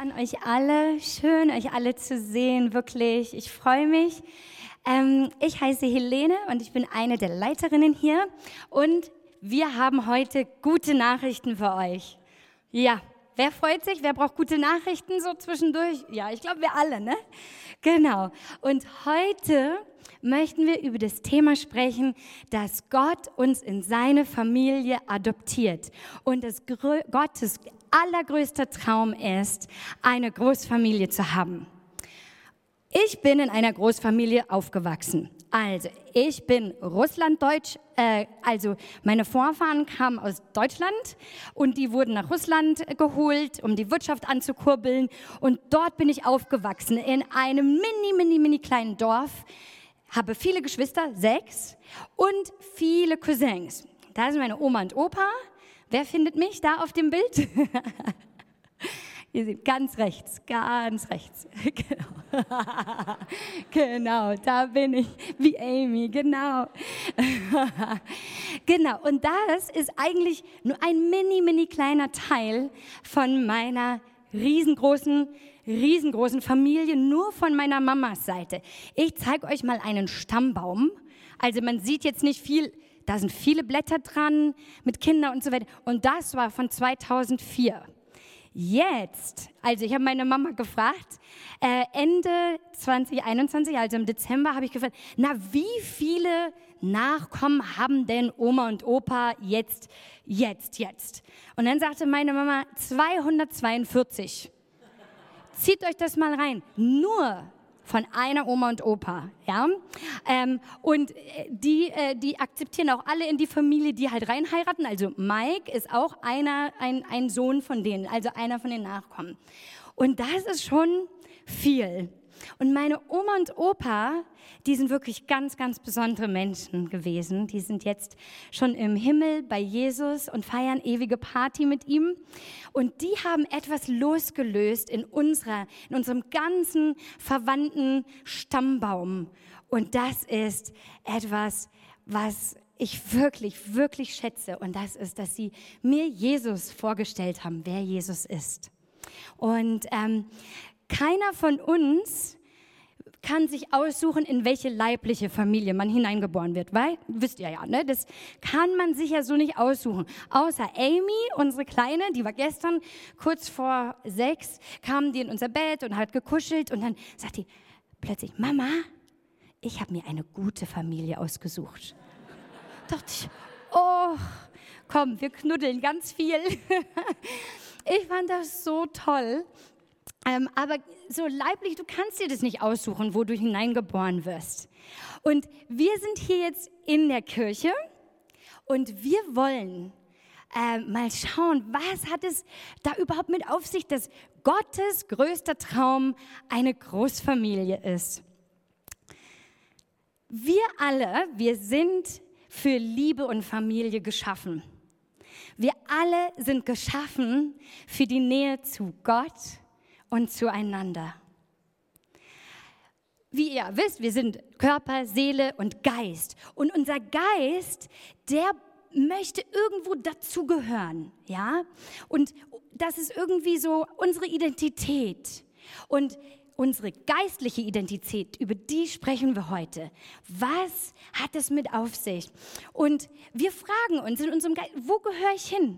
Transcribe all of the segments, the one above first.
an euch alle. Schön, euch alle zu sehen, wirklich. Ich freue mich. Ich heiße Helene und ich bin eine der Leiterinnen hier. Und wir haben heute gute Nachrichten für euch. Ja, wer freut sich? Wer braucht gute Nachrichten so zwischendurch? Ja, ich glaube, wir alle, ne? Genau. Und heute möchten wir über das Thema sprechen, dass Gott uns in seine Familie adoptiert und dass Gottes allergrößter Traum ist, eine Großfamilie zu haben. Ich bin in einer Großfamilie aufgewachsen. Also, ich bin Russlanddeutsch, also meine Vorfahren kamen aus Deutschland und die wurden nach Russland geholt, um die Wirtschaft anzukurbeln. Und dort bin ich aufgewachsen, in einem mini kleinen Dorf. Habe viele Geschwister, 6, und viele Cousins. Da sind meine Oma und Opa. Wer findet mich da auf dem Bild? Ihr seht ganz rechts, ganz rechts. Genau, da bin ich, wie Amy, genau. Genau, und das ist eigentlich nur ein mini kleiner Teil von meiner riesengroßen Familie, nur von meiner Mamas Seite. Ich zeige euch mal einen Stammbaum. Also man sieht jetzt nicht viel, da sind viele Blätter dran mit Kindern und so weiter. Und das war von 2004. Jetzt, also ich habe meine Mama gefragt, Ende 2021, also im Dezember, habe ich gefragt, na, wie viele Nachkommen haben denn Oma und Opa jetzt? Und dann sagte meine Mama, 242. Zieht euch das mal rein, nur von einer Oma und Opa, ja, und die akzeptieren auch alle in die Familie, die halt rein heiraten, also Mike ist auch ein Sohn von denen, also einer von den Nachkommen. Und das ist schon viel. Und meine Oma und Opa, die sind wirklich ganz besondere Menschen gewesen. Die sind jetzt schon im Himmel bei Jesus und feiern ewige Party mit ihm. Und die haben etwas losgelöst in unserem ganzen verwandten Stammbaum. Und das ist etwas, was ich wirklich schätze. Und das ist, dass sie mir Jesus vorgestellt haben, wer Jesus ist. Und keiner von uns kann sich aussuchen, in welche leibliche Familie man hineingeboren wird, weil, wisst ihr ja, ne? Das kann man sich ja so nicht aussuchen. Außer Amy, unsere Kleine, die war gestern kurz vor 6, kam die in unser Bett und hat gekuschelt und dann sagt die plötzlich, Mama, ich habe mir eine gute Familie ausgesucht. Dachte ich, oh, komm, wir knuddeln ganz viel. Ich fand das so toll. Aber so leiblich, du kannst dir das nicht aussuchen, wo du hineingeboren wirst. Und wir sind hier jetzt in der Kirche und wir wollen mal schauen, was hat es da überhaupt mit auf sich, dass Gottes größter Traum eine Großfamilie ist. Wir sind für Liebe und Familie geschaffen. Wir alle sind geschaffen für die Nähe zu Gott und zueinander. Wie ihr wisst, wir sind Körper, Seele und Geist. Und unser Geist, der möchte irgendwo dazugehören, ja? Und das ist irgendwie so unsere Identität. Und unsere geistliche Identität, über die sprechen wir heute. Was hat es mit auf sich? Und wir fragen uns in unserem Geist, wo gehöre ich hin?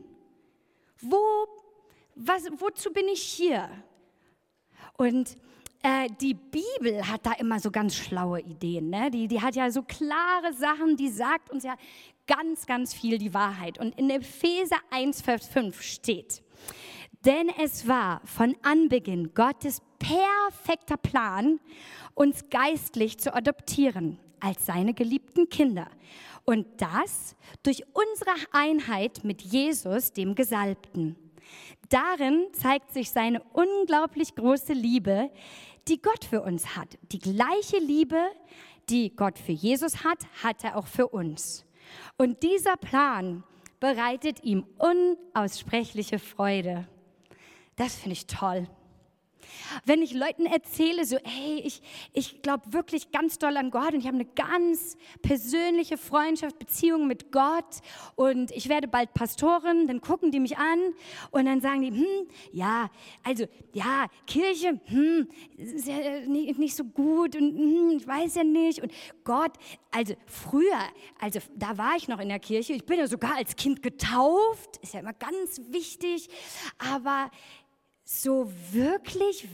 Wozu bin ich hier? Und die Bibel hat da immer so ganz schlaue Ideen. Ne? Die hat ja so klare Sachen, die sagt uns ja ganz viel die Wahrheit. Und in Epheser 1, Vers 5 steht, denn es war von Anbeginn Gottes perfekter Plan, uns geistlich zu adoptieren als seine geliebten Kinder. Und das durch unsere Einheit mit Jesus, dem Gesalbten. Darin zeigt sich seine unglaublich große Liebe, die Gott für uns hat. Die gleiche Liebe, die Gott für Jesus hat, hat er auch für uns. Und dieser Plan bereitet ihm unaussprechliche Freude. Das finde ich toll. Wenn ich Leuten erzähle, so, hey, ich glaube wirklich ganz doll an Gott und ich habe eine ganz persönliche Freundschaft, Beziehung mit Gott und ich werde bald Pastorin, dann gucken die mich an und dann sagen die, ja, also, ja, Kirche, ist ja nicht so gut und ich weiß ja nicht und Gott, also früher, also da war ich noch in der Kirche, ich bin ja sogar als Kind getauft, ist ja immer ganz wichtig, aber so wirklich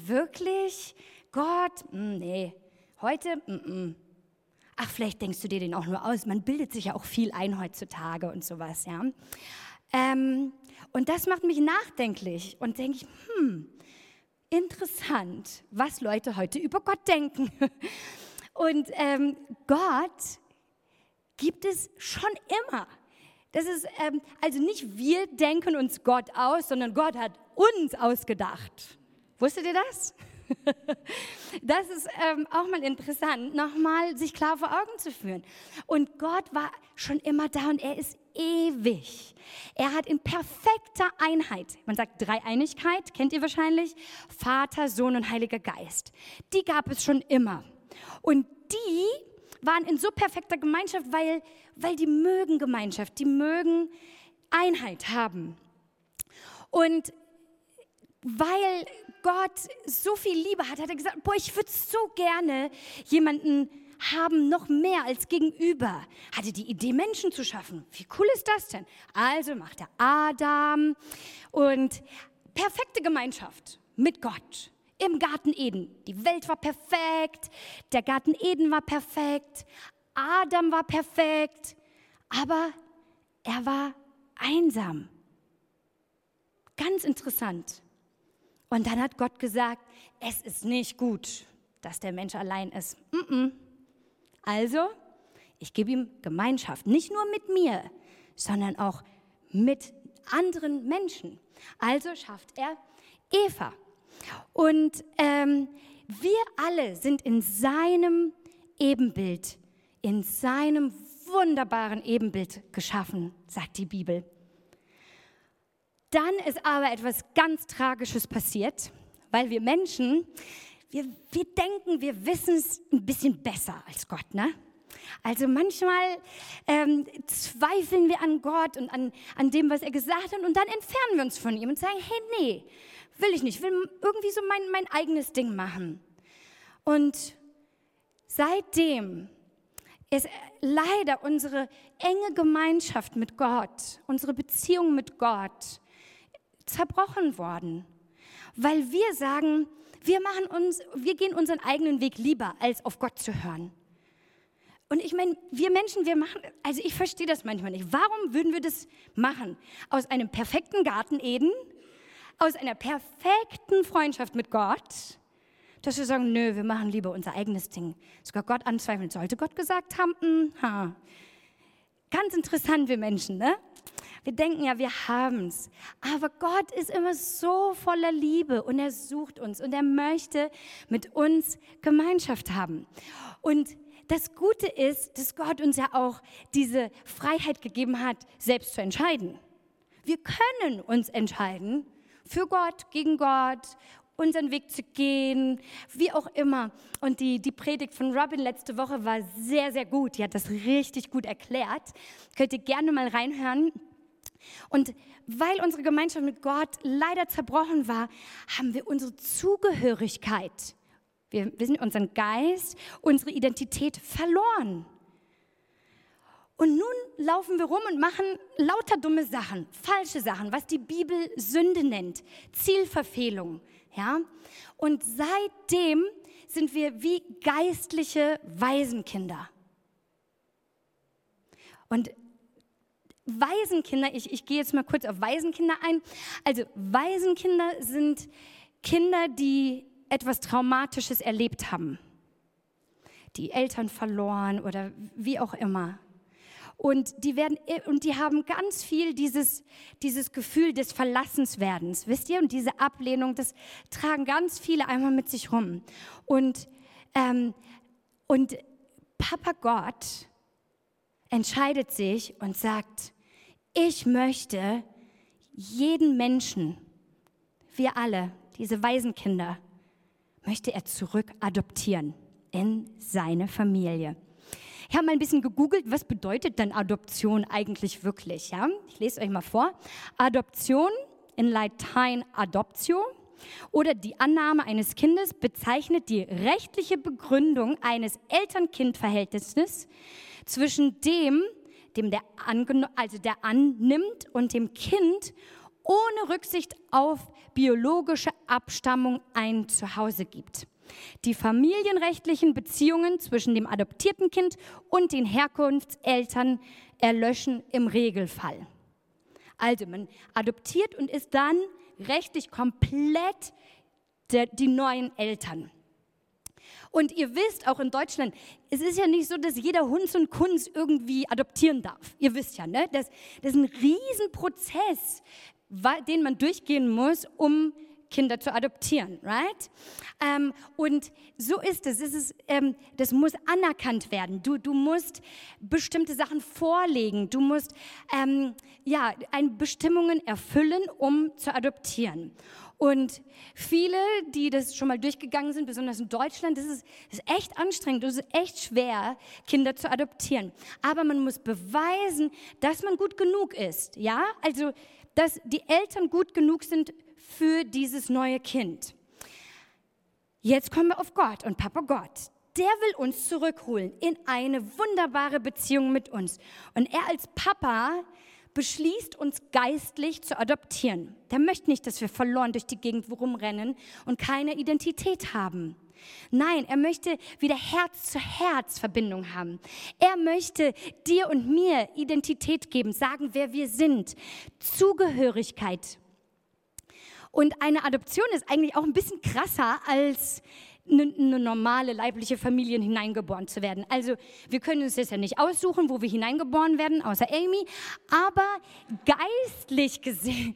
Gott, nee, heute, Ach, vielleicht denkst du dir den auch nur aus. Man bildet sich ja auch viel ein heutzutage und sowas, ja. Und das macht mich nachdenklich und denke ich, interessant, was Leute heute über Gott denken. Und Gott gibt es schon immer. Das ist, also nicht wir denken uns Gott aus, sondern Gott hat uns ausgedacht. Wusstet ihr das? Das ist auch mal interessant, nochmal sich klar vor Augen zu führen. Und Gott war schon immer da und er ist ewig. Er hat in perfekter Einheit, man sagt Dreieinigkeit, kennt ihr wahrscheinlich, Vater, Sohn und Heiliger Geist. Die gab es schon immer. Und die waren in so perfekter Gemeinschaft, weil die mögen Gemeinschaft, die mögen Einheit haben. Und weil Gott so viel Liebe hat er gesagt, ich würde so gerne jemanden haben, noch mehr als gegenüber. Hatte die Idee, Menschen zu schaffen. Wie cool ist das denn? Also macht er Adam und perfekte Gemeinschaft mit Gott. Im Garten Eden. Die Welt war perfekt, der Garten Eden war perfekt, Adam war perfekt, aber er war einsam. Ganz interessant. Und dann hat Gott gesagt, es ist nicht gut, dass der Mensch allein ist. Also, ich gebe ihm Gemeinschaft, nicht nur mit mir, sondern auch mit anderen Menschen. Also schafft er Eva. Und wir alle sind in seinem Ebenbild, in seinem wunderbaren Ebenbild geschaffen, sagt die Bibel. Dann ist aber etwas ganz Tragisches passiert, weil wir Menschen, wir denken, wir wissen es ein bisschen besser als Gott, ne? Also manchmal zweifeln wir an Gott und an dem, was er gesagt hat und dann entfernen wir uns von ihm und sagen, hey, nee, will ich nicht, will irgendwie so mein eigenes Ding machen. Und seitdem ist leider unsere enge Gemeinschaft mit Gott, unsere Beziehung mit Gott zerbrochen worden, weil wir sagen, wir gehen unseren eigenen Weg lieber, als auf Gott zu hören. Und ich meine, wir Menschen, also ich verstehe das manchmal nicht. Warum würden wir das machen? Aus einem perfekten Garten Eden, aus einer perfekten Freundschaft mit Gott, dass wir sagen, nö, wir machen lieber unser eigenes Ding. Sogar Gott anzweifeln. Sollte Gott gesagt haben, Ganz interessant, wir Menschen, ne? Wir denken ja, wir haben's. Aber Gott ist immer so voller Liebe und er sucht uns und er möchte mit uns Gemeinschaft haben. Und das Gute ist, dass Gott uns ja auch diese Freiheit gegeben hat, selbst zu entscheiden. Wir können uns entscheiden, für Gott, gegen Gott, unseren Weg zu gehen, wie auch immer. Und die Predigt von Robin letzte Woche war sehr, sehr gut. Die hat das richtig gut erklärt. Könnt ihr gerne mal reinhören. Und weil unsere Gemeinschaft mit Gott leider zerbrochen war, haben wir unsere Zugehörigkeit, wir sind unseren Geist, unsere Identität verloren. Und nun laufen wir rum und machen lauter dumme Sachen, falsche Sachen, was die Bibel Sünde nennt, Zielverfehlung. Ja? Und seitdem sind wir wie geistliche Waisenkinder. Und Waisenkinder, ich gehe jetzt mal kurz auf Waisenkinder ein. Also Waisenkinder sind Kinder, die etwas Traumatisches erlebt haben. Die Eltern verloren oder wie auch immer. Und die haben ganz viel dieses Gefühl des Verlassenswerdens, wisst ihr? Und diese Ablehnung, das tragen ganz viele einmal mit sich rum. Und Papa Gott entscheidet sich und sagt, ich möchte jeden Menschen, wir alle, diese Waisenkinder, möchte er zurück adoptieren in seine Familie. Ich habe mal ein bisschen gegoogelt, was bedeutet denn Adoption eigentlich wirklich? Ja? Ich lese euch mal vor. Adoption, in Latein adoptio, oder die Annahme eines Kindes bezeichnet die rechtliche Begründung eines Eltern-Kind-Verhältnisses zwischen dem der annimmt, und dem Kind ohne Rücksicht auf biologische Abstammung ein Zuhause gibt. Die familienrechtlichen Beziehungen zwischen dem adoptierten Kind und den Herkunftseltern erlöschen im Regelfall. Also man adoptiert und ist dann rechtlich komplett die neuen Eltern. Und ihr wisst, auch in Deutschland, es ist ja nicht so, dass jeder Hunz und Kunz irgendwie adoptieren darf. Ihr wisst ja, ne? Das ist ein Riesenprozess, den man durchgehen muss, um Kinder zu adoptieren, right? Und so ist es. Das muss anerkannt werden. Du musst bestimmte Sachen vorlegen. Du musst Bestimmungen erfüllen, um zu adoptieren. Und viele, die das schon mal durchgegangen sind, besonders in Deutschland, das ist echt anstrengend, das ist echt schwer, Kinder zu adoptieren. Aber man muss beweisen, dass man gut genug ist, ja? Also, dass die Eltern gut genug sind für dieses neue Kind. Jetzt kommen wir auf Gott und Papa Gott. Der will uns zurückholen in eine wunderbare Beziehung mit uns. Und er als Papa beschließt, uns geistlich zu adoptieren. Der möchte nicht, dass wir verloren durch die Gegend rumrennen und keine Identität haben. Nein, er möchte wieder Herz-zu-Herz-Verbindung haben. Er möchte dir und mir Identität geben, sagen, wer wir sind, Zugehörigkeit. Und eine Adoption ist eigentlich auch ein bisschen krasser als eine normale leibliche Familie hineingeboren zu werden. Also wir können uns das ja nicht aussuchen, wo wir hineingeboren werden, außer Amy. Aber geistlich gesehen,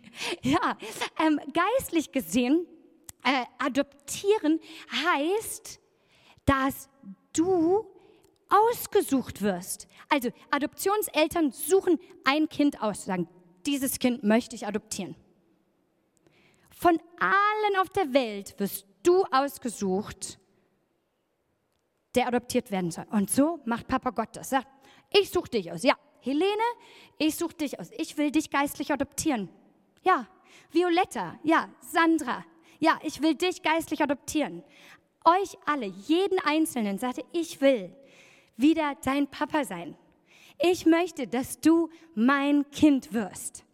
adoptieren heißt, dass du ausgesucht wirst. Also Adoptionseltern suchen ein Kind aus, sagen, dieses Kind möchte ich adoptieren. Von allen auf der Welt wirst du ausgesucht, der adoptiert werden soll. Und so macht Papa Gott das. Sagt, ich suche dich aus. Ja, Helene, ich suche dich aus. Ich will dich geistlich adoptieren. Ja, Violetta. Ja, Sandra. Ja, ich will dich geistlich adoptieren. Euch alle, jeden Einzelnen, sagte, ich will wieder dein Papa sein. Ich möchte, dass du mein Kind wirst.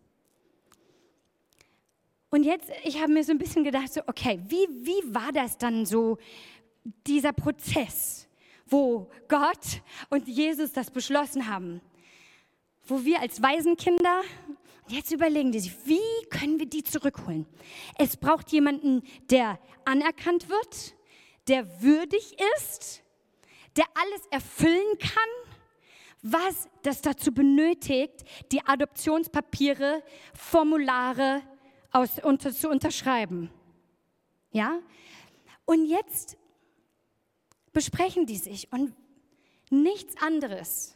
Und jetzt, ich habe mir so ein bisschen gedacht, so, okay, wie war das dann so, dieser Prozess, wo Gott und Jesus das beschlossen haben? Wo wir als Waisenkinder, jetzt überlegen die sich, wie können wir die zurückholen? Es braucht jemanden, der anerkannt wird, der würdig ist, der alles erfüllen kann, was das dazu benötigt, die Adoptionspapiere, Formulare zu unterschreiben. Ja? Und jetzt besprechen die sich und nichts anderes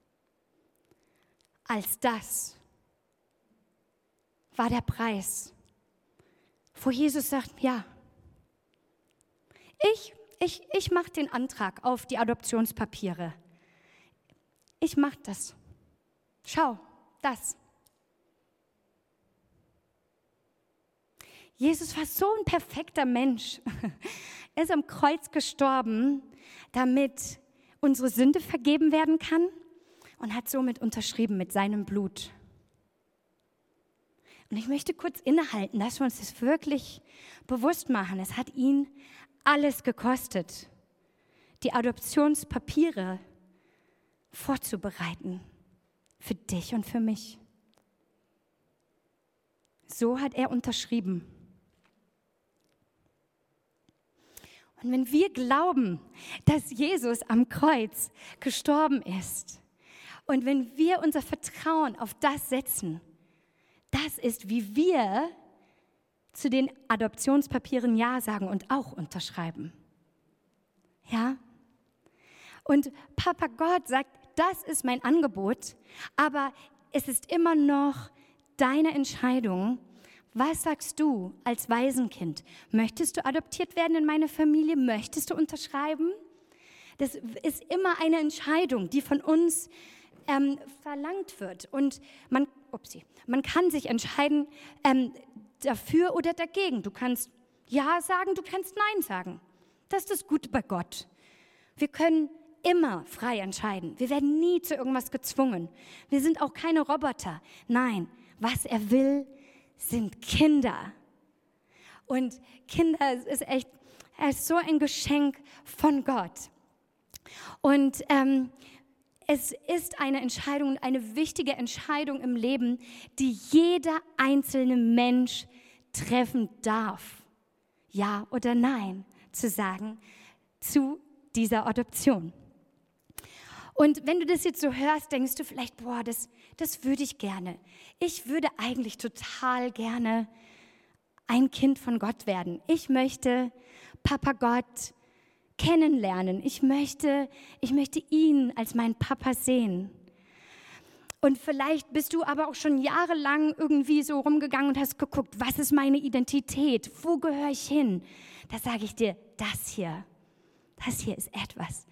als das war der Preis, wo Jesus sagt, ja, ich mache den Antrag auf die Adoptionspapiere. Ich mache das. Schau, das. Jesus war so ein perfekter Mensch. Er ist am Kreuz gestorben, damit unsere Sünde vergeben werden kann und hat somit unterschrieben mit seinem Blut. Und ich möchte kurz innehalten, dass wir uns das wirklich bewusst machen. Es hat ihn alles gekostet, die Adoptionspapiere vorzubereiten für dich und für mich. So hat er unterschrieben. Und wenn wir glauben, dass Jesus am Kreuz gestorben ist und wenn wir unser Vertrauen auf das setzen, das ist, wie wir zu den Adoptionspapieren Ja sagen und auch unterschreiben. Ja? Und Papa Gott sagt, das ist mein Angebot, aber es ist immer noch deine Entscheidung, Was sagst du als Waisenkind? Möchtest du adoptiert werden in meine Familie? Möchtest du unterschreiben? Das ist immer eine Entscheidung, die von uns verlangt wird. Und man kann sich entscheiden dafür oder dagegen. Du kannst Ja sagen, du kannst Nein sagen. Das ist das Gute bei Gott. Wir können immer frei entscheiden. Wir werden nie zu irgendwas gezwungen. Wir sind auch keine Roboter. Nein, was er will, sind Kinder. Und Kinder ist echt, er ist so ein Geschenk von Gott. Und es ist eine Entscheidung, eine wichtige Entscheidung im Leben, die jeder einzelne Mensch treffen darf. Ja oder Nein zu sagen zu dieser Adoption. Und wenn du das jetzt so hörst, denkst du vielleicht, boah, das würde ich gerne. Ich würde eigentlich total gerne ein Kind von Gott werden. Ich möchte Papa Gott kennenlernen. Ich möchte ihn als meinen Papa sehen. Und vielleicht bist du aber auch schon jahrelang irgendwie so rumgegangen und hast geguckt, was ist meine Identität? Wo gehöre ich hin? Da sage ich dir, das hier ist etwas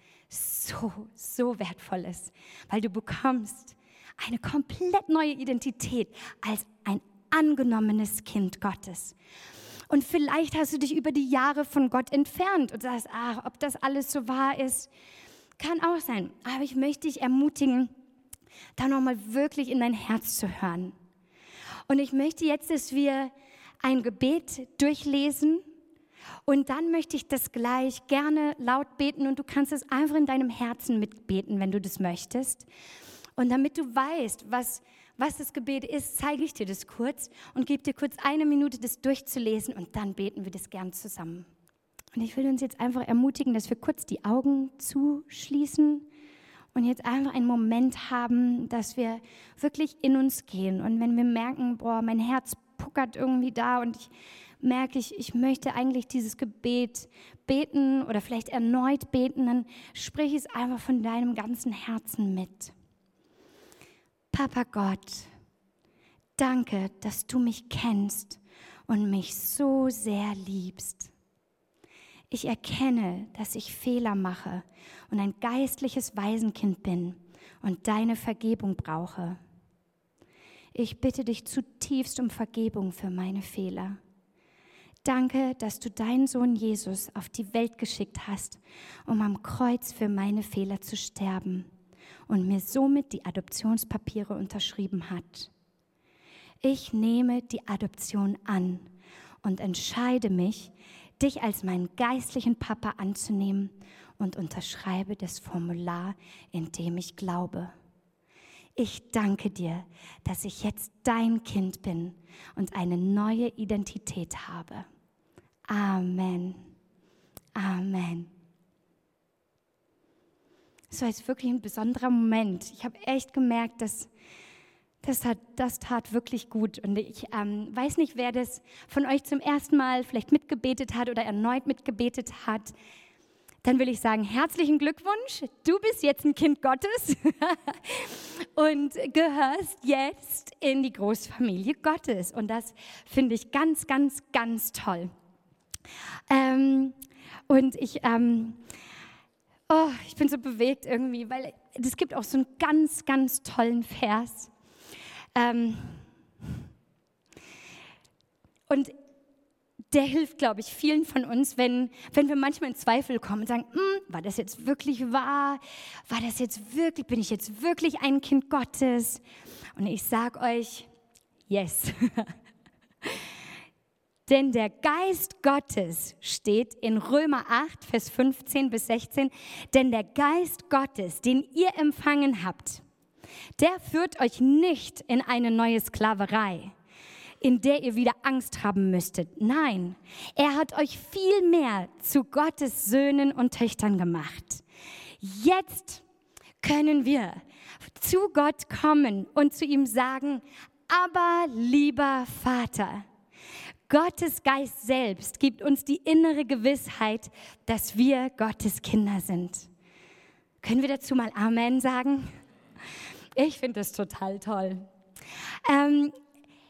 so Wertvolles, weil du bekommst eine komplett neue Identität als ein angenommenes Kind Gottes. Und vielleicht hast du dich über die Jahre von Gott entfernt und sagst, ob das alles so wahr ist, kann auch sein. Aber ich möchte dich ermutigen, da nochmal wirklich in dein Herz zu hören. Und ich möchte jetzt, dass wir ein Gebet durchlesen. Und dann möchte ich das gleich gerne laut beten und du kannst es einfach in deinem Herzen mitbeten, wenn du das möchtest. Und damit du weißt, was das Gebet ist, zeige ich dir das kurz und gebe dir kurz 1 Minute, das durchzulesen und dann beten wir das gern zusammen. Und ich will uns jetzt einfach ermutigen, dass wir kurz die Augen zuschließen und jetzt einfach einen Moment haben, dass wir wirklich in uns gehen. Und wenn wir merken, boah, mein Herz puckert irgendwie da und ich merke, ich möchte eigentlich dieses Gebet beten oder vielleicht erneut beten, dann sprich es einfach von deinem ganzen Herzen mit. Papa Gott, danke, dass du mich kennst und mich so sehr liebst. Ich erkenne, dass ich Fehler mache und ein geistliches Waisenkind bin und deine Vergebung brauche. Ich bitte dich zutiefst um Vergebung für meine Fehler. Danke, dass du deinen Sohn Jesus auf die Welt geschickt hast, um am Kreuz für meine Fehler zu sterben und mir somit die Adoptionspapiere unterschrieben hat. Ich nehme die Adoption an und entscheide mich, dich als meinen geistlichen Papa anzunehmen und unterschreibe das Formular, in dem ich glaube. Ich danke dir, dass ich jetzt dein Kind bin und eine neue Identität habe. Amen. Amen. Es war jetzt wirklich ein besonderer Moment. Ich habe echt gemerkt, das tat wirklich gut. Und ich weiß nicht, wer das von euch zum ersten Mal vielleicht mitgebetet hat oder erneut mitgebetet hat. Dann will ich sagen, herzlichen Glückwunsch, du bist jetzt ein Kind Gottes und gehörst jetzt in die Großfamilie Gottes. Und das finde ich ganz, ganz, ganz toll. Und ich bin so bewegt irgendwie, weil es gibt auch so einen ganz, ganz tollen Vers. Und der hilft, glaube ich, vielen von uns, wenn wir manchmal in Zweifel kommen und sagen, war das jetzt wirklich wahr? Bin ich jetzt wirklich ein Kind Gottes? Und ich sage euch, yes. Denn der Geist Gottes steht in Römer 8, Vers 15 bis 16, denn der Geist Gottes, den ihr empfangen habt, der führt euch nicht in eine neue Sklaverei, in der ihr wieder Angst haben müsstet. Nein, er hat euch viel mehr zu Gottes Söhnen und Töchtern gemacht. Jetzt können wir zu Gott kommen und zu ihm sagen, aber lieber Vater. Gottes Geist selbst gibt uns die innere Gewissheit, dass wir Gottes Kinder sind. Können wir dazu mal Amen sagen? Ich finde das total toll.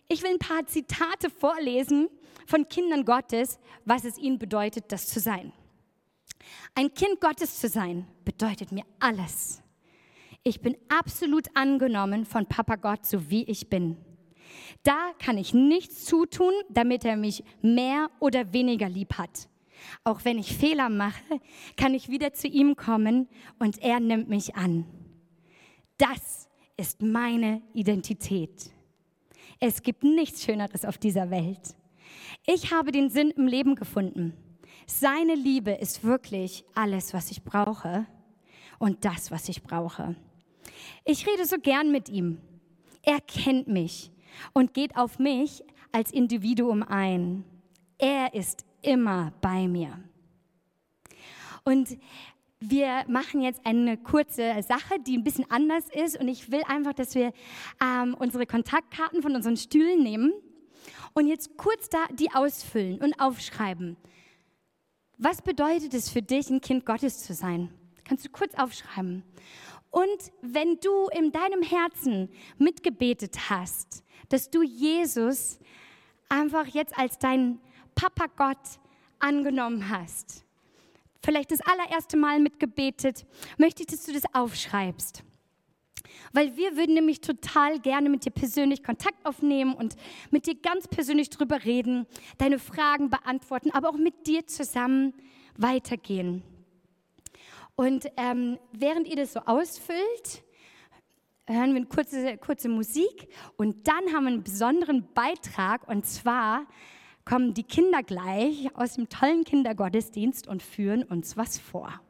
Ich will ein paar Zitate vorlesen von Kindern Gottes, was es ihnen bedeutet, das zu sein. Ein Kind Gottes zu sein, bedeutet mir alles. Ich bin absolut angenommen von Papa Gott, so wie ich bin. Da kann ich nichts zutun, damit er mich mehr oder weniger lieb hat. Auch wenn ich Fehler mache, kann ich wieder zu ihm kommen und er nimmt mich an. Das ist meine Identität. Es gibt nichts Schöneres auf dieser Welt. Ich habe den Sinn im Leben gefunden. Seine Liebe ist wirklich alles, was ich brauche und das, was ich brauche. Ich rede so gern mit ihm. Er kennt mich und geht auf mich als Individuum ein. Er ist immer bei mir. Und wir machen jetzt eine kurze Sache, die ein bisschen anders ist. Und ich will einfach, dass wir unsere Kontaktkarten von unseren Stühlen nehmen und jetzt kurz da die ausfüllen und aufschreiben. Was bedeutet es für dich, ein Kind Gottes zu sein? Kannst du kurz aufschreiben. Und wenn du in deinem Herzen mitgebetet hast, dass du Jesus einfach jetzt als dein Papa Gott angenommen hast, vielleicht das allererste Mal mitgebetet, möchte ich, dass du das aufschreibst. Weil wir würden nämlich total gerne mit dir persönlich Kontakt aufnehmen und mit dir ganz persönlich drüber reden, deine Fragen beantworten, aber auch mit dir zusammen weitergehen. Und während ihr das so ausfüllt, hören wir eine kurze Musik und dann haben wir einen besonderen Beitrag und zwar kommen die Kinder gleich aus dem tollen Kindergottesdienst und führen uns was vor.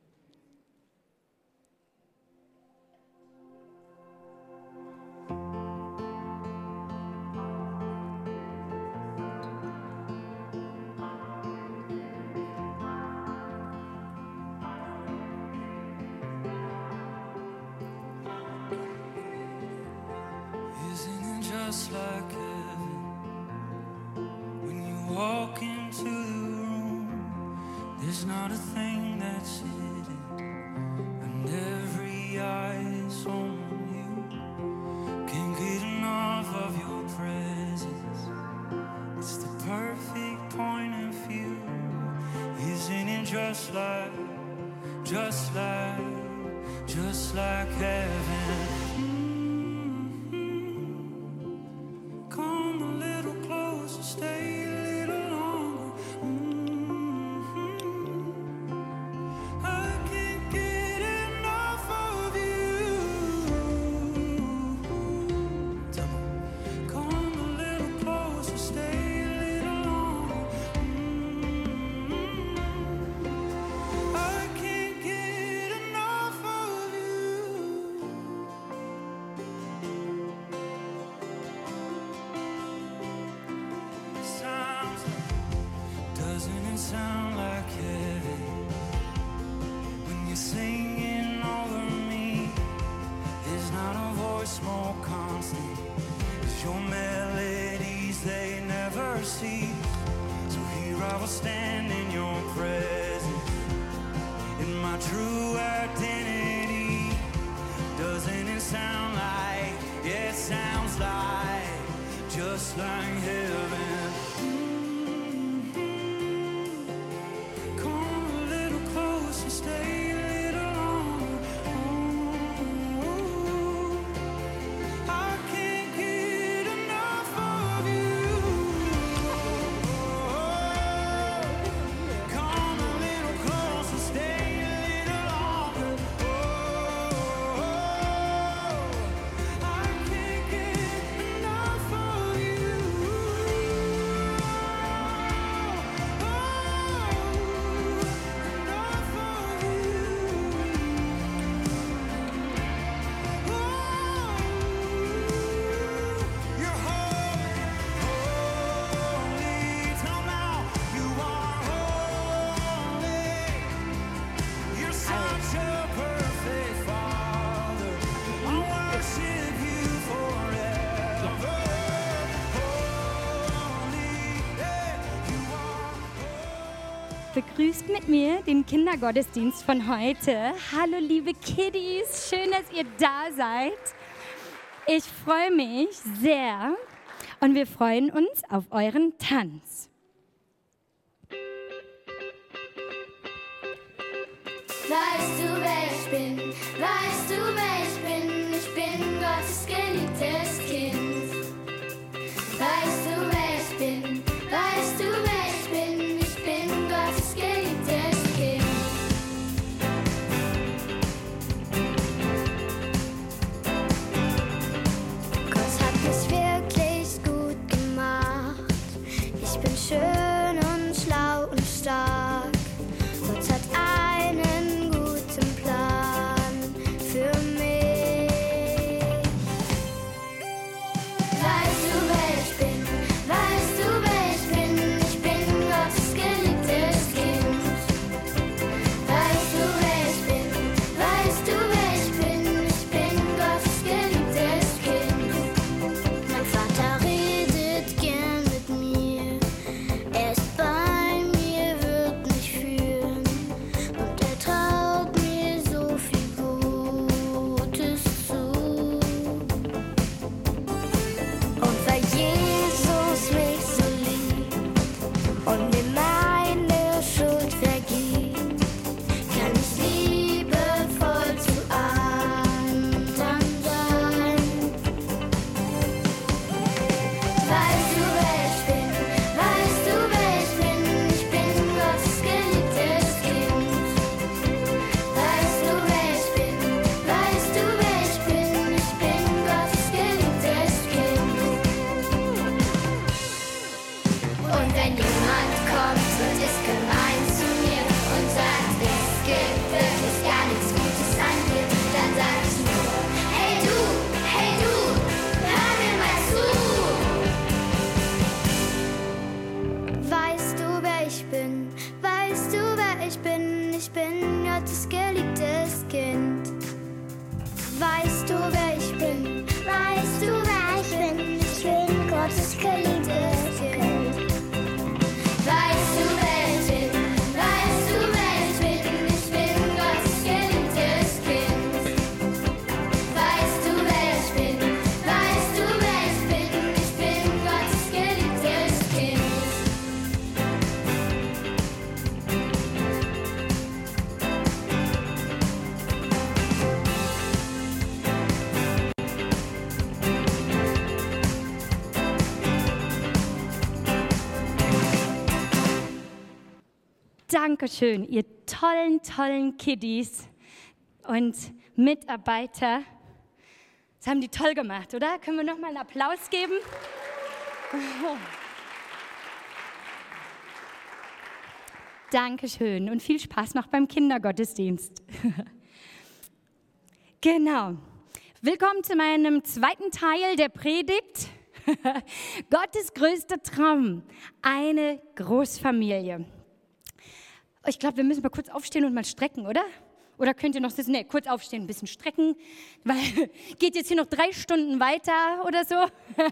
Just like heaven, when you walk into the room, there's not a thing that's hidden, and every eye is on you. Can't get enough of your presence. It's the perfect point of view. Isn't it just like heaven? Sound like heaven when you're singing over me. There's not a voice more constant, 'cause your melodies, they never cease. So here I will stand in your presence, in my true identity. Doesn't it sound like, yeah, it sounds like, just like heaven. Stay a little longer. Oh, I can't get enough of you. Oh, come a little closer, stay a little longer. Oh, I can't get enough of you. Begrüßt mit mir den Kindergottesdienst von heute. Hallo liebe Kiddies, schön, dass ihr da seid. Ich freue mich sehr, Und wir freuen uns auf euren Tanz. Weißt du, wer ich bin? Weißt du, wer ich bin? Ich bin Gottes geliebtes Kind. Weißt du, wer ich bin? Weißt du, wer ich bin? Ich bin Gottes geliebtes Kind. Gott hat mich wirklich gut gemacht. Ich bin schön und schlau und stark. Gott hat einen guten Plan für mich. Weißt du, wer ich bin? Weißt du, wer ich bin? Ich bin Gottes geliebtes Kind. Weißt du, wer ich bin? Weißt du, wer ich bin? Ich bin Gottes geliebtes Kind. Mein Vater redet gern mit mir. Er ist bei mir, wird mich führen. Und er traut mir so viel Gutes zu. Und weil Jesus mich so liebt und mir meine Schuld vergibt, kann ich liebevoll zu anderen sein. Weißt du, wer ich bin? Weißt du, wer ich bin? Ich bin Gottes geliebtes Kind. Weißt du, wer ich bin? Weißt du, wer ich bin? Ich bin Gottes geliebtes Kind. Und wenn jemand kommt und ist gemein zu mir und sagt, es gibt wirklich gar nichts Gutes an dir, dann sag ich nur, hey du, hör mir mal zu. Weißt du, wer ich bin? Weißt du, wer ich bin? Ich bin Gottes geliebtes Kind. Weißt du, wer ich bin? Weißt du, wer ich bin? Ich bin Gottes geliebtes Kind. Weißt du, wer ich bin? Weißt du, wer ich bin? Ich bin Gottes geliebtes Kind. Weißt du, wer ich bin? Weißt du, wer ich bin? Ich bin Gottes geliebtes Kind. Dankeschön, ihr tollen Kiddies und Mitarbeiter. Das haben die toll gemacht, oder? Können wir noch mal einen Applaus geben? Dankeschön und viel Spaß noch beim Kindergottesdienst. Genau. Willkommen zu meinem zweiten Teil der Predigt. Gottes größter Traum, eine Großfamilie. Ich glaube, wir müssen mal kurz aufstehen und mal strecken, oder? Oder könnt ihr noch sitzen? Nee, kurz aufstehen, ein bisschen strecken, weil geht jetzt hier noch 3 Stunden weiter oder so?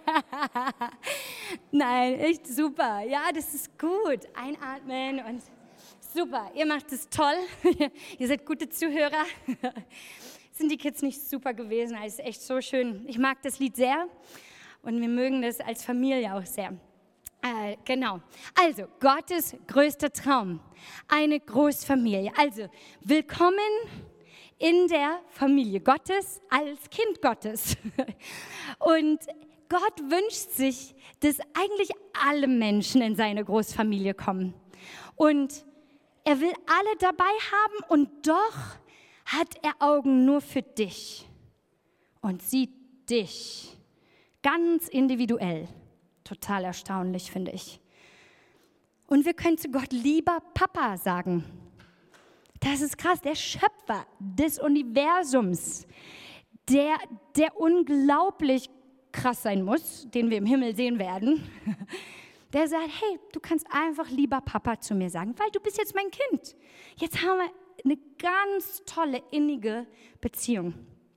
Nein, echt super. Ja, das ist gut. Einatmen und super. Ihr macht es toll. Ihr seid gute Zuhörer. Sind die Kids nicht super gewesen? Es ist echt so schön. Ich mag das Lied sehr und wir mögen das als Familie auch sehr. Genau. Also, Gottes größter Traum, eine Großfamilie. Also, willkommen in der Familie Gottes als Kind Gottes. Und Gott wünscht sich, dass eigentlich alle Menschen in seine Großfamilie kommen. Und er will alle dabei haben und doch hat er Augen nur für dich und sieht dich ganz individuell. Total erstaunlich, finde ich. Und wir können zu Gott lieber Papa sagen. Das ist krass, der Schöpfer des Universums, der unglaublich krass sein muss, den wir im Himmel sehen werden, der sagt, hey, du kannst einfach lieber Papa zu mir sagen, weil du bist jetzt mein Kind. Jetzt haben wir eine ganz tolle, innige Beziehung.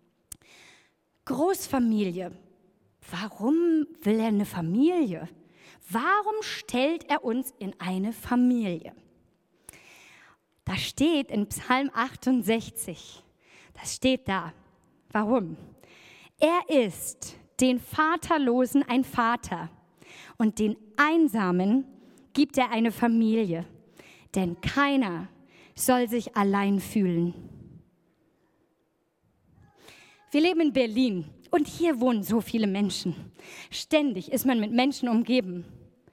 Großfamilie. Warum will er eine Familie? Warum stellt er uns in eine Familie? Da steht in Psalm 68, das steht da. Warum? Er ist den Vaterlosen ein Vater und den Einsamen gibt er eine Familie, denn keiner soll sich allein fühlen. Wir leben in Berlin und hier wohnen so viele Menschen. Ständig ist man mit Menschen umgeben.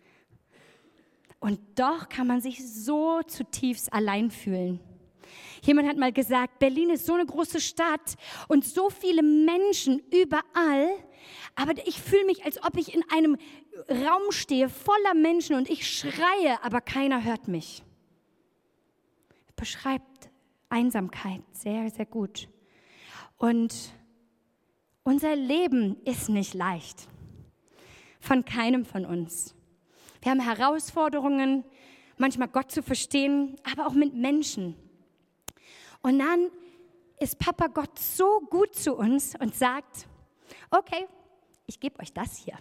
Und doch kann man sich so zutiefst allein fühlen. Jemand hat mal gesagt, Berlin ist so eine große Stadt und so viele Menschen überall, aber ich fühle mich, als ob ich in einem Raum stehe, voller Menschen und ich schreie, aber keiner hört mich. Beschreibt Einsamkeit sehr, sehr gut. Und unser Leben ist nicht leicht. Von keinem von uns. Wir haben Herausforderungen, manchmal Gott zu verstehen, aber auch mit Menschen. Und dann ist Papa Gott so gut zu uns und sagt, okay, ich gebe euch das hier.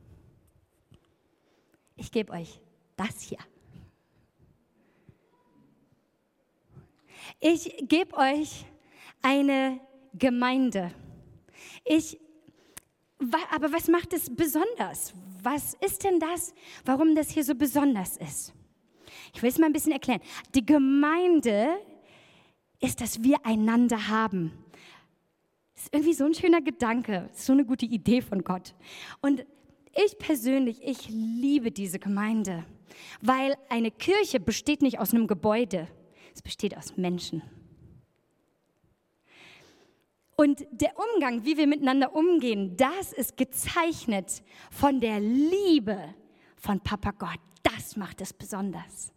Ich gebe euch das hier. Ich gebe euch eine Gemeinde. Aber was macht es besonders? Was ist denn das, warum das hier so besonders ist? Ich will es mal ein bisschen erklären. Die Gemeinde ist, dass wir einander haben. Das ist irgendwie so ein schöner Gedanke, so eine gute Idee von Gott. Und ich persönlich, ich liebe diese Gemeinde, weil eine Kirche besteht nicht aus einem Gebäude, es besteht aus Menschen. Und der Umgang, wie wir miteinander umgehen, das ist gezeichnet von der Liebe von Papa Gott. Das macht es besonders.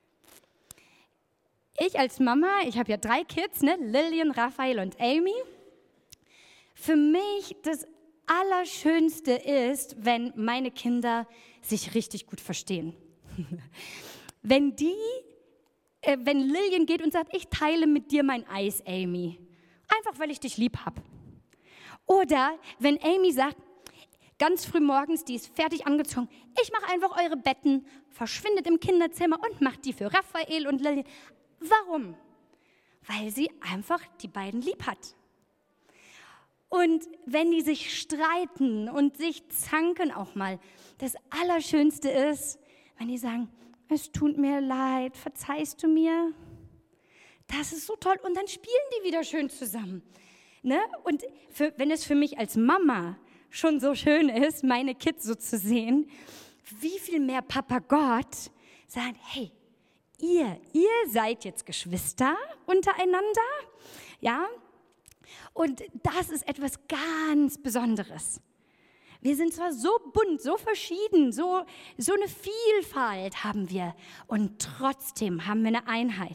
Ich als Mama, ich habe ja 3 Kids, Lillian, Raphael und Amy. Für mich das Allerschönste ist, wenn meine Kinder sich richtig gut verstehen. Wenn Lillian geht und sagt, ich teile mit dir mein Eis, Amy. Einfach, weil ich dich lieb habe. Oder wenn Amy sagt, ganz früh morgens, die ist fertig angezogen, ich mache einfach eure Betten, verschwindet im Kinderzimmer und macht die für Raphael und Lillian. Warum? Weil sie einfach die beiden lieb hat. Und wenn die sich streiten und sich zanken auch mal, das Allerschönste ist, wenn die sagen, es tut mir leid, verzeihst du mir? Das ist so toll. Und dann spielen die wieder schön zusammen. Ne? Und wenn es für mich als Mama schon so schön ist, meine Kids so zu sehen, wie viel mehr Papa Gott sagt, hey, ihr seid jetzt Geschwister untereinander, ja? Und das ist etwas ganz Besonderes. Wir sind zwar so bunt, so verschieden, so eine Vielfalt haben wir und trotzdem haben wir eine Einheit.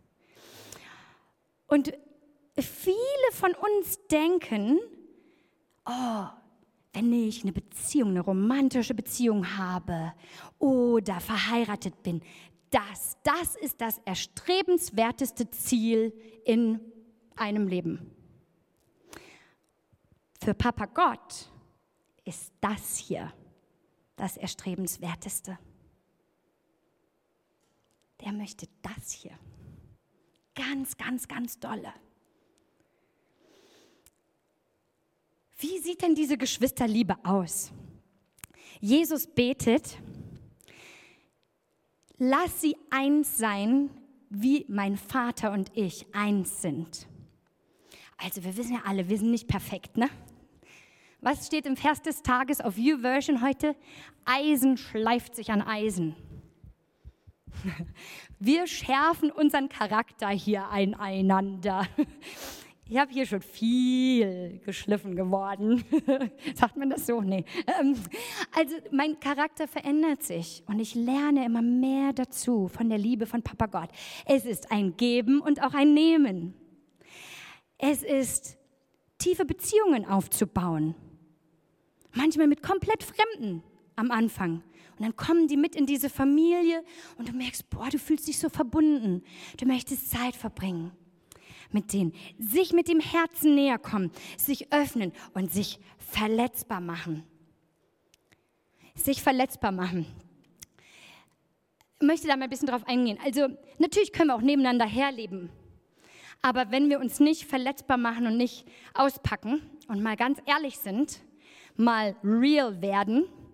Und viele von uns denken, wenn ich eine Beziehung, eine romantische Beziehung habe oder verheiratet bin, das ist das erstrebenswerteste Ziel in einem Leben. Für Papa Gott ist das hier das erstrebenswerteste. Der möchte das hier. Ganz, ganz, ganz dolle. Wie sieht denn diese Geschwisterliebe aus? Jesus betet, lass sie eins sein, wie mein Vater und ich eins sind. Also wir wissen ja alle, wir sind nicht perfekt, ne? Was steht im Vers des Tages auf YouVersion heute? Eisen schleift sich an Eisen. Wir schärfen unseren Charakter hier einander. Ich habe hier schon viel geschliffen geworden. Sagt man das so? Nee. Also mein Charakter verändert sich und ich lerne immer mehr dazu von der Liebe von Papa Gott. Es ist ein Geben und auch ein Nehmen. Es ist, tiefe Beziehungen aufzubauen. Manchmal mit komplett Fremden am Anfang. Und dann kommen die mit in diese Familie und du merkst, boah, du fühlst dich so verbunden. Du möchtest Zeit verbringen mit denen. Sich mit dem Herzen näher kommen, sich öffnen und sich verletzbar machen. Sich verletzbar machen. Ich möchte da mal ein bisschen drauf eingehen. Also natürlich können wir auch nebeneinander herleben. Aber wenn wir uns nicht verletzbar machen und nicht auspacken und mal ganz ehrlich sind, mal real werden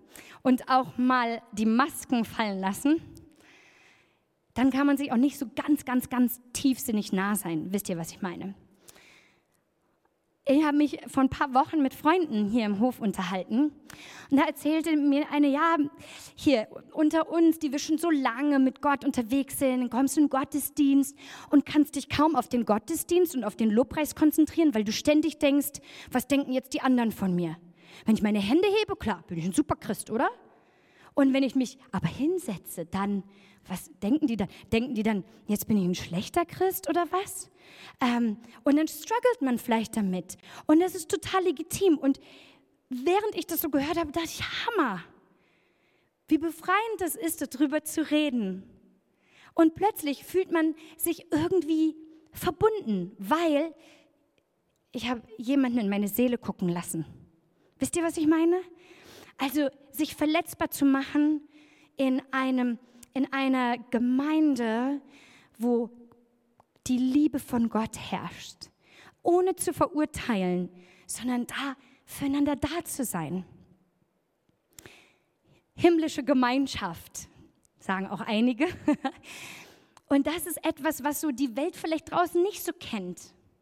und auch mal die Masken fallen lassen, dann kann man sich auch nicht so ganz, ganz, ganz tiefsinnig nah sein. Wisst ihr, was ich meine? Ich habe mich vor ein paar Wochen mit Freunden hier im Hof unterhalten und da erzählte mir eine, ja, hier unter uns, die wir schon so lange mit Gott unterwegs sind, dann kommst du in den Gottesdienst und kannst dich kaum auf den Gottesdienst und auf den Lobpreis konzentrieren, weil du ständig denkst, was denken jetzt die anderen von mir? Wenn ich meine Hände hebe, klar, bin ich ein super Christ, oder? Und wenn ich mich aber hinsetze, dann, was denken die dann? Denken die dann, jetzt bin ich ein schlechter Christ oder was? Und dann struggelt man vielleicht damit. Und das ist total legitim. Und während ich das so gehört habe, dachte ich, Hammer, wie befreiend das ist, darüber zu reden. Und plötzlich fühlt man sich irgendwie verbunden, weil ich habe jemanden in meine Seele gucken lassen. Wisst ihr, was ich meine? Also sich verletzbar zu machen in einer Gemeinde, wo die Liebe von Gott herrscht, ohne zu verurteilen, sondern da füreinander da zu sein. Himmlische Gemeinschaft, sagen auch einige. Und das ist etwas, was so die Welt vielleicht draußen nicht so kennt.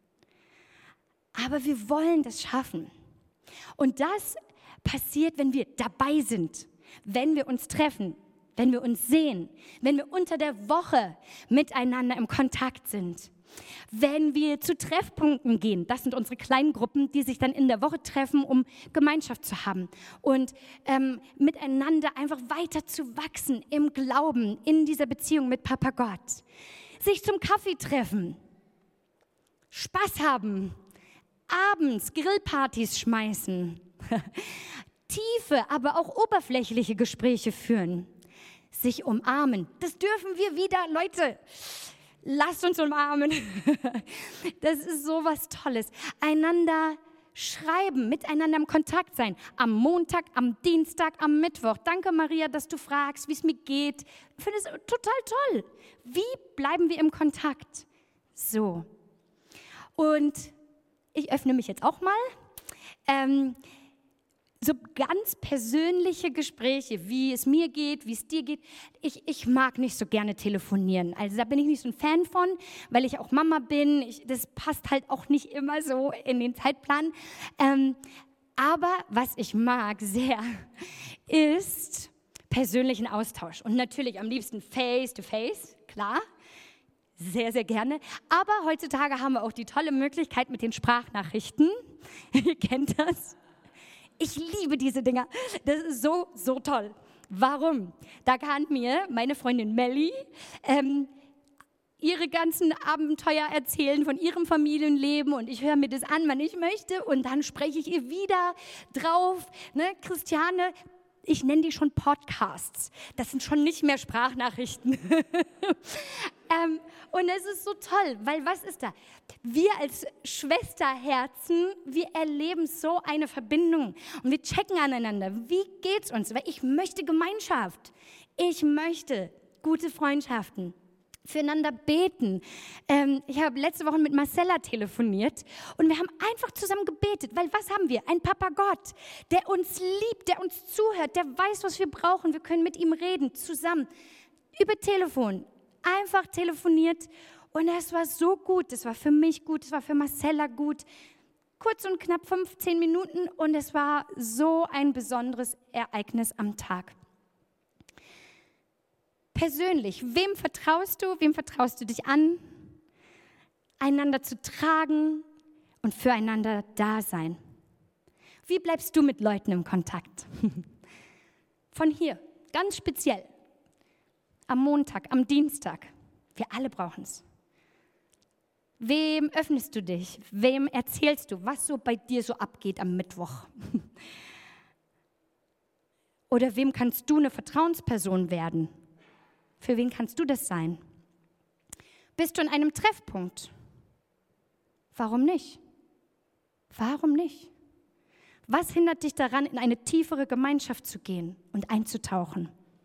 Aber wir wollen das schaffen. Und das passiert, wenn wir dabei sind, wenn wir uns treffen, wenn wir uns sehen, wenn wir unter der Woche miteinander im Kontakt sind, wenn wir zu Treffpunkten gehen. Das sind unsere kleinen Gruppen, die sich dann in der Woche treffen, um Gemeinschaft zu haben und miteinander einfach weiter zu wachsen im Glauben, in dieser Beziehung mit Papa Gott. Sich zum Kaffee treffen, Spaß haben, abends Grillpartys schmeißen, tiefe, aber auch oberflächliche Gespräche führen, sich umarmen. Das dürfen wir wieder, Leute. Lasst uns umarmen. Das ist so was Tolles. Einander schreiben, miteinander im Kontakt sein. Am Montag, am Dienstag, am Mittwoch. Danke, Maria, dass du fragst, wie es mir geht. Ich finde es total toll. Wie bleiben wir im Kontakt? So. Und ich öffne mich jetzt auch mal. So ganz persönliche Gespräche, wie es mir geht, wie es dir geht. Ich mag nicht so gerne telefonieren. Also da bin ich nicht so ein Fan von, weil ich auch Mama bin. Das passt halt auch nicht immer so in den Zeitplan. Aber was ich mag sehr, ist persönlichen Austausch. Und natürlich am liebsten face-to-face, klar. Sehr, sehr gerne. Aber heutzutage haben wir auch die tolle Möglichkeit mit den Sprachnachrichten. Ihr kennt das. Ich liebe diese Dinger. Das ist so, so toll. Warum? Da kann mir meine Freundin Melli ihre ganzen Abenteuer erzählen von ihrem Familienleben und ich höre mir das an, wann ich möchte und dann spreche ich ihr wieder drauf. Ne, Christiane, ich nenne die schon Podcasts. Das sind schon nicht mehr Sprachnachrichten. Und es ist so toll, weil was ist da? Wir als Schwesterherzen, wir erleben so eine Verbindung und wir checken aneinander. Wie geht's uns? Weil ich möchte Gemeinschaft. Ich möchte gute Freundschaften. Füreinander beten. Ich habe letzte Woche mit Marcella telefoniert und wir haben einfach zusammen gebetet, weil was haben wir? Ein Papa Gott, der uns liebt, der uns zuhört, der weiß, was wir brauchen. Wir können mit ihm reden, zusammen, über Telefon. Einfach telefoniert und es war so gut. Es war für mich gut, es war für Marcella gut. Kurz und knapp 15 Minuten und es war so ein besonderes Ereignis am Tag. Persönlich, wem vertraust du dich an, einander zu tragen und füreinander da sein? Wie bleibst du mit Leuten im Kontakt? Von hier, ganz speziell, am Montag, am Dienstag, wir alle brauchen es. Wem öffnest du dich? Wem erzählst du, was so bei dir so abgeht am Mittwoch? Oder wem kannst du eine Vertrauensperson werden? Für wen kannst du das sein? Bist du in einem Treffpunkt? Warum nicht? Warum nicht? Was hindert dich daran, in eine tiefere Gemeinschaft zu gehen und einzutauchen?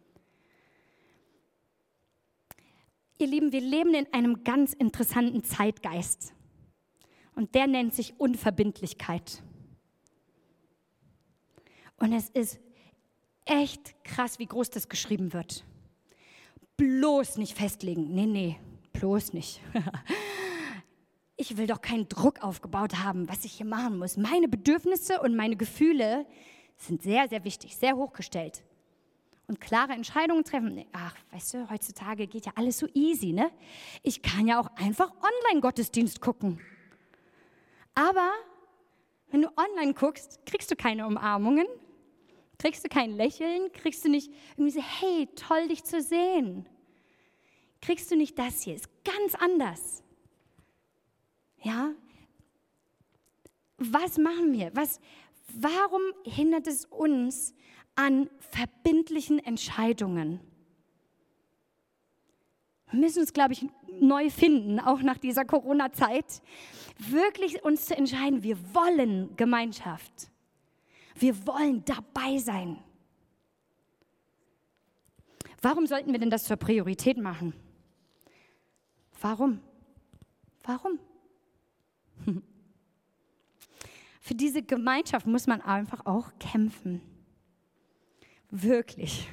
Ihr Lieben, wir leben in einem ganz interessanten Zeitgeist. Und der nennt sich Unverbindlichkeit. Und es ist echt krass, wie groß das geschrieben wird. Bloß nicht festlegen. Nee, bloß nicht. Ich will doch keinen Druck aufgebaut haben, was ich hier machen muss. Meine Bedürfnisse und meine Gefühle sind sehr, sehr wichtig, sehr hochgestellt. Und klare Entscheidungen treffen. Ach, weißt du, heutzutage geht ja alles so easy, ne? Ich kann ja auch einfach Online-Gottesdienst gucken. Aber wenn du online guckst, kriegst du keine Umarmungen, kriegst du kein Lächeln, kriegst du nicht irgendwie so, hey, toll, dich zu sehen. Kriegst du nicht das hier, ist ganz anders. Ja? Was machen wir? Warum hindert es uns an verbindlichen Entscheidungen? Wir müssen uns, glaube ich, neu finden, auch nach dieser Corona-Zeit, wirklich uns zu entscheiden, wir wollen Gemeinschaft. Wir wollen dabei sein. Warum sollten wir denn das zur Priorität machen? Warum? Für diese Gemeinschaft muss man einfach auch kämpfen. Wirklich.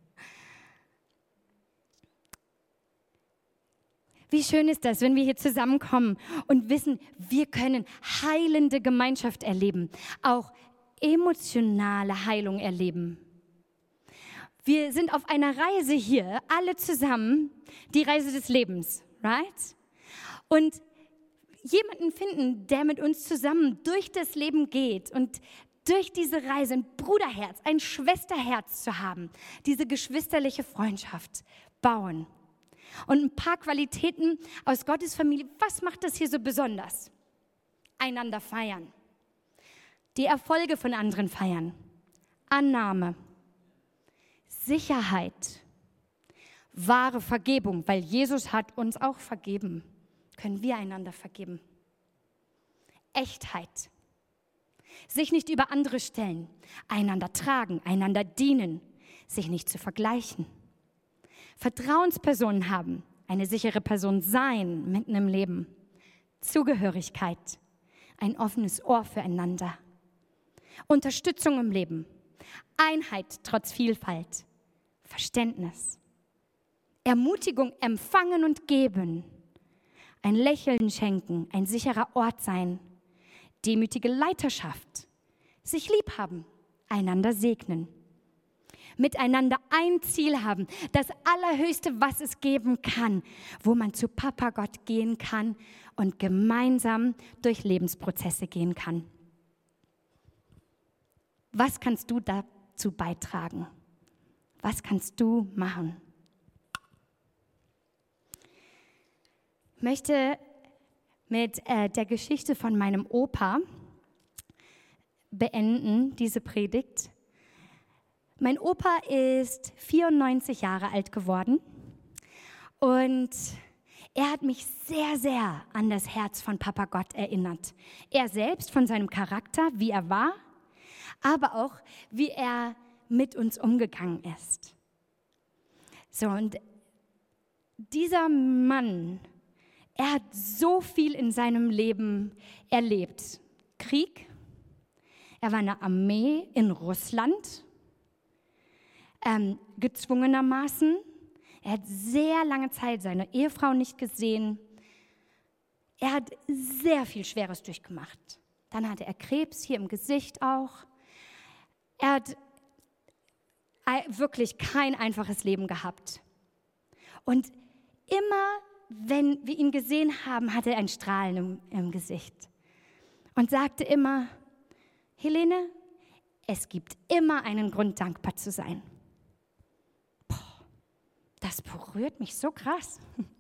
Wie schön ist das, wenn wir hier zusammenkommen und wissen, wir können heilende Gemeinschaft erleben, auch emotionale Heilung erleben. Wir sind auf einer Reise hier, alle zusammen, die Reise des Lebens, right? Und jemanden finden, der mit uns zusammen durch das Leben geht und durch diese Reise ein Bruderherz, ein Schwesterherz zu haben, diese geschwisterliche Freundschaft bauen. Und ein paar Qualitäten aus Gottes Familie, was macht das hier so besonders? Einander feiern, die Erfolge von anderen feiern, Annahme, Sicherheit, wahre Vergebung, weil Jesus hat uns auch vergeben, können wir einander vergeben. Echtheit, sich nicht über andere stellen, einander tragen, einander dienen, sich nicht zu vergleichen. Vertrauenspersonen haben, eine sichere Person sein mitten im Leben. Zugehörigkeit, ein offenes Ohr füreinander. Unterstützung im Leben, Einheit trotz Vielfalt, Verständnis. Ermutigung empfangen und geben, ein Lächeln schenken, ein sicherer Ort sein, demütige Leiterschaft, sich lieb haben, einander segnen. Miteinander ein Ziel haben, das Allerhöchste, was es geben kann, wo man zu Papa Gott gehen kann und gemeinsam durch Lebensprozesse gehen kann. Was kannst du dazu beitragen? Was kannst du machen? Ich möchte mit der Geschichte von meinem Opa beenden, diese Predigt. Mein Opa ist 94 Jahre alt geworden und er hat mich sehr, sehr an das Herz von Papa Gott erinnert. Er selbst von seinem Charakter, wie er war, aber auch wie er mit uns umgegangen ist. So, und dieser Mann, er hat so viel in seinem Leben erlebt. Krieg, er war in der Armee in Russland, gezwungenermaßen. Er hat sehr lange Zeit seine Ehefrau nicht gesehen. Er hat sehr viel Schweres durchgemacht. Dann hatte er Krebs hier im Gesicht auch. Er hat wirklich kein einfaches Leben gehabt. Und immer, wenn wir ihn gesehen haben, hatte er ein Strahlen im Gesicht. Und sagte immer, Helene, es gibt immer einen Grund, dankbar zu sein. Das berührt mich so krass.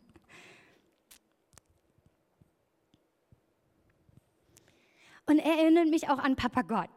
Und er erinnert mich auch an Papa Gott,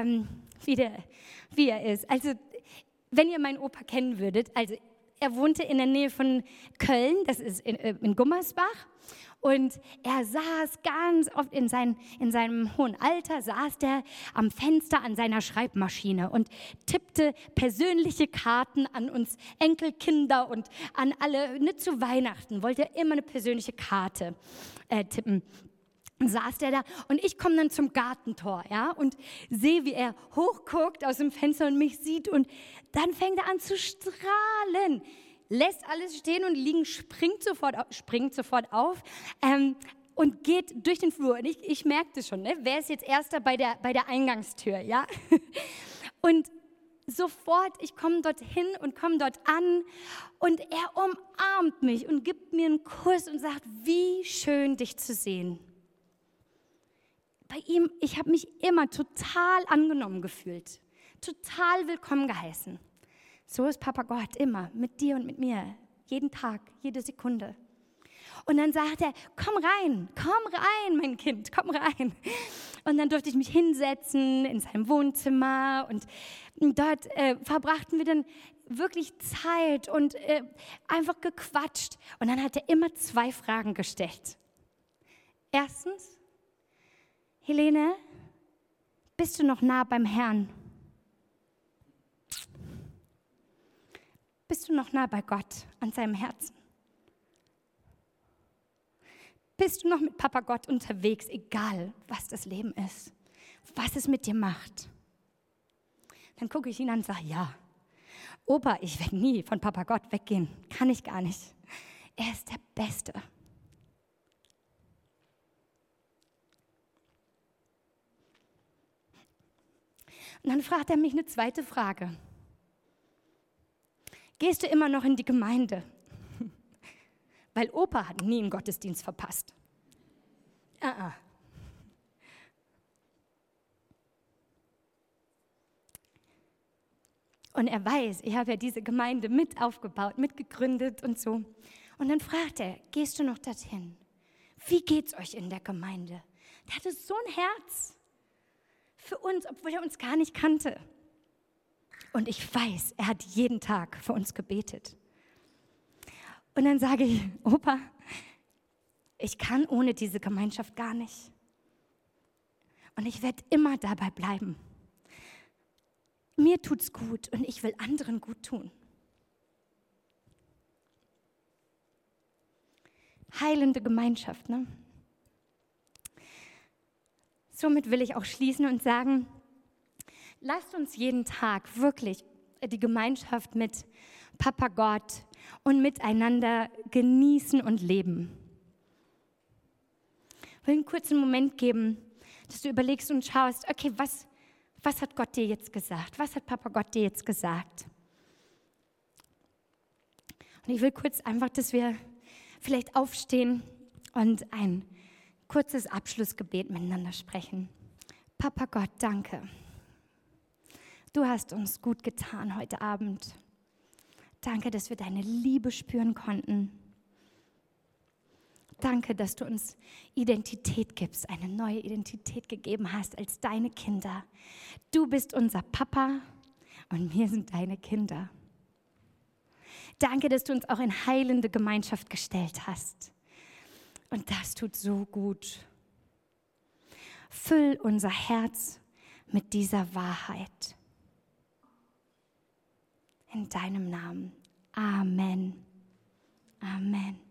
wie er ist. Also, wenn ihr meinen Opa kennen würdet, also er wohnte in der Nähe von Köln, das ist in Gummersbach. Und er saß ganz oft in seinem hohen Alter, saß der am Fenster an seiner Schreibmaschine und tippte persönliche Karten an uns Enkelkinder und an alle, nicht zu Weihnachten, wollte er immer eine persönliche Karte tippen. saß der da und ich komme dann zum Gartentor, ja, und sehe, wie er hochguckt aus dem Fenster und mich sieht und dann fängt er an zu strahlen, lässt alles stehen und liegen, springt sofort auf und geht durch den Flur. Und ich merkte schon, ne, wer ist jetzt Erster bei der Eingangstür, ja? Und sofort, ich komme dorthin und komme dort an und er umarmt mich und gibt mir einen Kuss und sagt, wie schön, dich zu sehen. Bei ihm, ich habe mich immer total angenommen gefühlt, total willkommen geheißen. So ist Papa Gott immer, mit dir und mit mir, jeden Tag, jede Sekunde. Und dann sagt er, komm rein, mein Kind, komm rein. Und dann durfte ich mich hinsetzen in seinem Wohnzimmer und dort verbrachten wir dann wirklich Zeit und einfach gequatscht. Und dann hat er immer 2 Fragen gestellt. Erstens, Helene, bist du noch nah beim Herrn? Bist du noch nah bei Gott an seinem Herzen? Bist du noch mit Papa Gott unterwegs, egal was das Leben ist, was es mit dir macht? Dann gucke ich ihn an und sage, ja, Opa, ich werde nie von Papa Gott weggehen, kann ich gar nicht. Er ist der Beste. Und dann fragt er mich eine zweite Frage. Gehst du immer noch in die Gemeinde? Weil Opa hat nie einen Gottesdienst verpasst. Und er weiß, ich habe ja diese Gemeinde mit aufgebaut, mitgegründet und so. Und dann fragt er, gehst du noch dorthin? Wie geht's euch in der Gemeinde? Der hatte so ein Herz für uns, obwohl er uns gar nicht kannte. Und ich weiß, er hat jeden Tag für uns gebetet. Und dann sage ich, Opa, ich kann ohne diese Gemeinschaft gar nicht. Und ich werde immer dabei bleiben. Mir tut's gut und ich will anderen gut tun. Heilende Gemeinschaft, ne? Somit will ich auch schließen und sagen, lasst uns jeden Tag wirklich die Gemeinschaft mit Papa Gott und miteinander genießen und leben. Ich will einen kurzen Moment geben, dass du überlegst und schaust, okay, was hat Gott dir jetzt gesagt? Was hat Papa Gott dir jetzt gesagt? Und ich will kurz einfach, dass wir vielleicht aufstehen und ein kurzes Abschlussgebet miteinander sprechen. Papa Gott, danke. Du hast uns gut getan heute Abend. Danke, dass wir deine Liebe spüren konnten. Danke, dass du uns Identität gibst, eine neue Identität gegeben hast als deine Kinder. Du bist unser Papa und wir sind deine Kinder. Danke, dass du uns auch in heilende Gemeinschaft gestellt hast. Und das tut so gut. Füll unser Herz mit dieser Wahrheit. In deinem Namen. Amen. Amen.